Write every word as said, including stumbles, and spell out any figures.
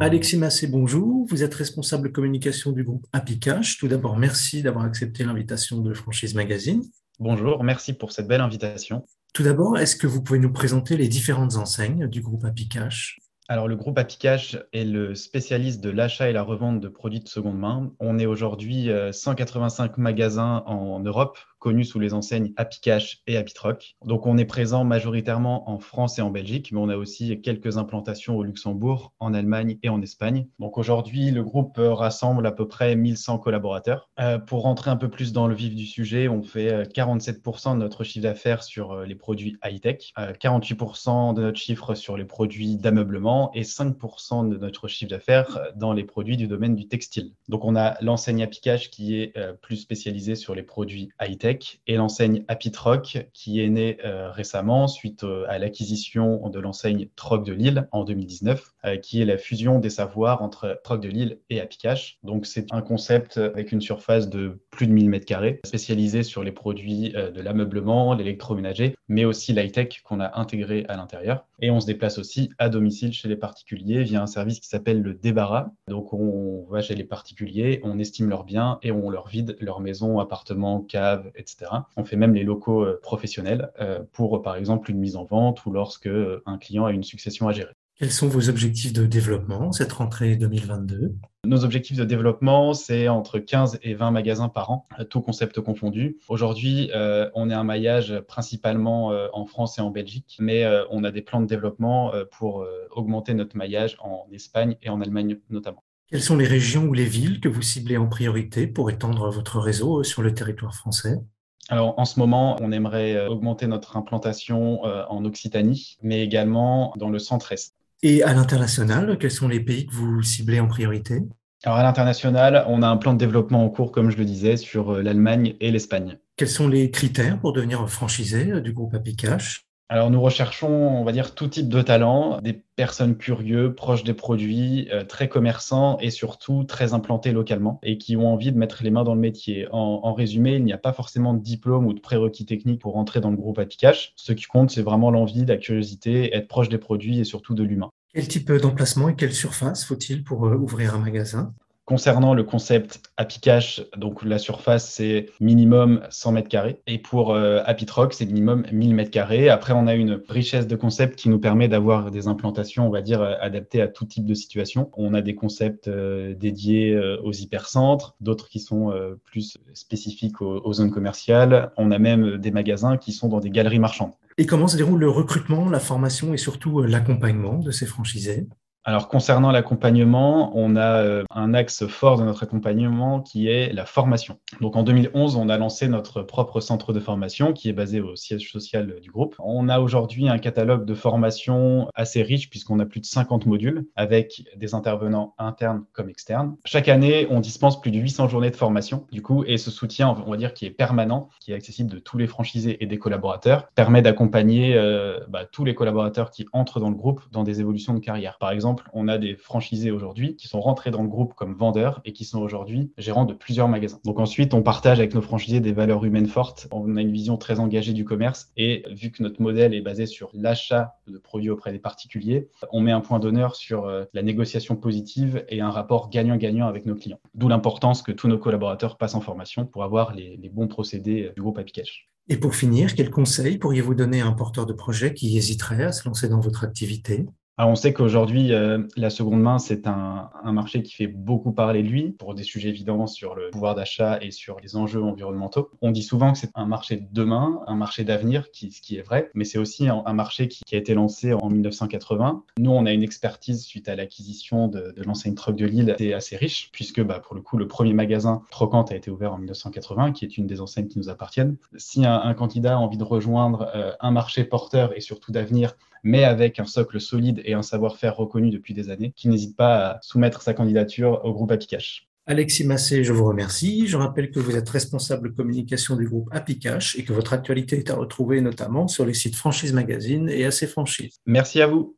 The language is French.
Alexis Massé, bonjour. Vous êtes responsable communication du groupe Happy Cash. Tout d'abord, merci d'avoir accepté l'invitation de Franchise Magazine. Bonjour, merci pour cette belle invitation. Tout d'abord, est-ce que vous pouvez nous présenter les différentes enseignes du groupe Happy Cash? Alors, le groupe Happy Cash est le spécialiste de l'achat et la revente de produits de seconde main. On est aujourd'hui euh, cent quatre-vingt-cinq magasins en Europe, connus sous les enseignes Happy Cash et Happy Troc. Donc, on est présent majoritairement en France et en Belgique, mais on a aussi quelques implantations au Luxembourg, en Allemagne et en Espagne. Donc, aujourd'hui, le groupe euh, rassemble à peu près mille cent collaborateurs. Euh, pour rentrer un peu plus dans le vif du sujet, on fait euh, quarante-sept pour cent de notre chiffre d'affaires sur euh, les produits high-tech, euh, quarante-huit pour cent de notre chiffre sur les produits d'ameublement et cinq pour cent de notre chiffre d'affaires dans les produits du domaine du textile. Donc, on a l'enseigne Happy Cash qui est euh, plus spécialisée sur les produits high-tech et l'enseigne Happy Troc qui est née euh, récemment suite euh, à l'acquisition de l'enseigne Troc de Lille en deux mille dix-neuf, euh, qui est la fusion des savoirs entre Troc de Lille et Happy Cash. Donc, c'est un concept avec une surface de plus de mille mètres carrés, spécialisé sur les produits euh, de l'ameublement, l'électroménager, mais aussi l'high-tech qu'on a intégré à l'intérieur. Et on se déplace aussi à domicile chez les particuliers via un service qui s'appelle le débarras. Donc, on va chez les particuliers, on estime leurs biens et on leur vide leur maison, appartement, cave, et cetera. On fait même les locaux euh, professionnels euh, pour, par exemple, une mise en vente ou lorsque euh, un client a une succession à gérer. Quels sont vos objectifs de développement cette rentrée deux mille vingt-deux? Nos objectifs de développement, c'est entre quinze et vingt magasins par an, tout concept confondu. Aujourd'hui, euh, on est un maillage principalement euh, en France et en Belgique, mais euh, on a des plans de développement euh, pour euh, augmenter notre maillage en Espagne et en Allemagne notamment. Quelles sont les régions ou les villes que vous ciblez en priorité pour étendre votre réseau sur le territoire français? Alors, en ce moment, on aimerait euh, augmenter notre implantation euh, en Occitanie, mais également dans le centre-est. Et à l'international, quels sont les pays que vous ciblez en priorité? Alors, à l'international, on a un plan de développement en cours, comme je le disais, sur euh, l'Allemagne et l'Espagne. Quels sont les critères pour devenir franchisé euh, du groupe Happy Cash? Alors, nous recherchons, on va dire, tout type de talents, des personnes curieuses, proches des produits, euh, très commerçants et surtout très implantés localement et qui ont envie de mettre les mains dans le métier. En, en résumé, il n'y a pas forcément de diplôme ou de prérequis techniques pour entrer dans le groupe Happy Cash. Ce qui compte, c'est vraiment l'envie, la curiosité, être proche des produits et surtout de l'humain. Quel type d'emplacement et quelle surface faut-il pour euh, ouvrir un magasin? Concernant le concept Happy Cash, donc la surface, c'est minimum cent mètres carrés. Et pour euh, Happy Troc, c'est minimum mille mètres carrés. Après, on a une richesse de concepts qui nous permet d'avoir des implantations, on va dire, euh, adaptées à tout type de situation. On a des concepts euh, dédiés euh, aux hypercentres, d'autres qui sont euh, plus spécifiques aux, aux zones commerciales. On a même des magasins qui sont dans des galeries marchandes. Et comment se déroule le recrutement, la formation et surtout euh, l'accompagnement de ces franchisés? Alors, concernant l'accompagnement, on a euh, un axe fort de notre accompagnement qui est la formation. Donc, en deux mille onze, on a lancé notre propre centre de formation qui est basé au siège social du groupe. On a aujourd'hui un catalogue de formation assez riche puisqu'on a plus de cinquante modules avec des intervenants internes comme externes. Chaque année, on dispense plus de huit cents journées de formation, du coup, et ce soutien, on va dire, qui est permanent, qui est accessible de tous les franchisés et des collaborateurs, permet d'accompagner euh, bah, tous les collaborateurs qui entrent dans le groupe dans des évolutions de carrière. Par exemple, on a des franchisés aujourd'hui qui sont rentrés dans le groupe comme vendeurs et qui sont aujourd'hui gérants de plusieurs magasins. Donc ensuite, on partage avec nos franchisés des valeurs humaines fortes. On a une vision très engagée du commerce et vu que notre modèle est basé sur l'achat de produits auprès des particuliers, on met un point d'honneur sur euh, la négociation positive et un rapport gagnant-gagnant avec nos clients. D'où l'importance que tous nos collaborateurs passent en formation pour avoir les, les bons procédés du groupe Happy Cash. Et pour finir, quels conseils pourriez-vous donner à un porteur de projet qui hésiterait à se lancer dans votre activité? Alors, on sait qu'aujourd'hui, euh, la seconde main, c'est un, un marché qui fait beaucoup parler de lui pour des sujets évidents sur le pouvoir d'achat et sur les enjeux environnementaux. On dit souvent que c'est un marché de demain, un marché d'avenir, qui, ce qui est vrai, mais c'est aussi un, un marché qui, qui a été lancé en mille neuf cent quatre-vingts. Nous, on a une expertise suite à l'acquisition de, de l'enseigne Troc de Lille qui est assez riche, puisque bah, pour le coup, le premier magasin Trocante a été ouvert en mille neuf cent quatre-vingts, qui est une des enseignes qui nous appartiennent. Si un, un candidat a envie de rejoindre euh, un marché porteur et surtout d'avenir, mais avec un socle solide et un savoir-faire reconnu depuis des années, qui n'hésite pas à soumettre sa candidature au groupe Happy Cash. Alexis Massé, je vous remercie. Je rappelle que vous êtes responsable communication du groupe Happy Cash et que votre actualité est à retrouver notamment sur les sites Franchise Magazine et A C Franchise. Merci à vous.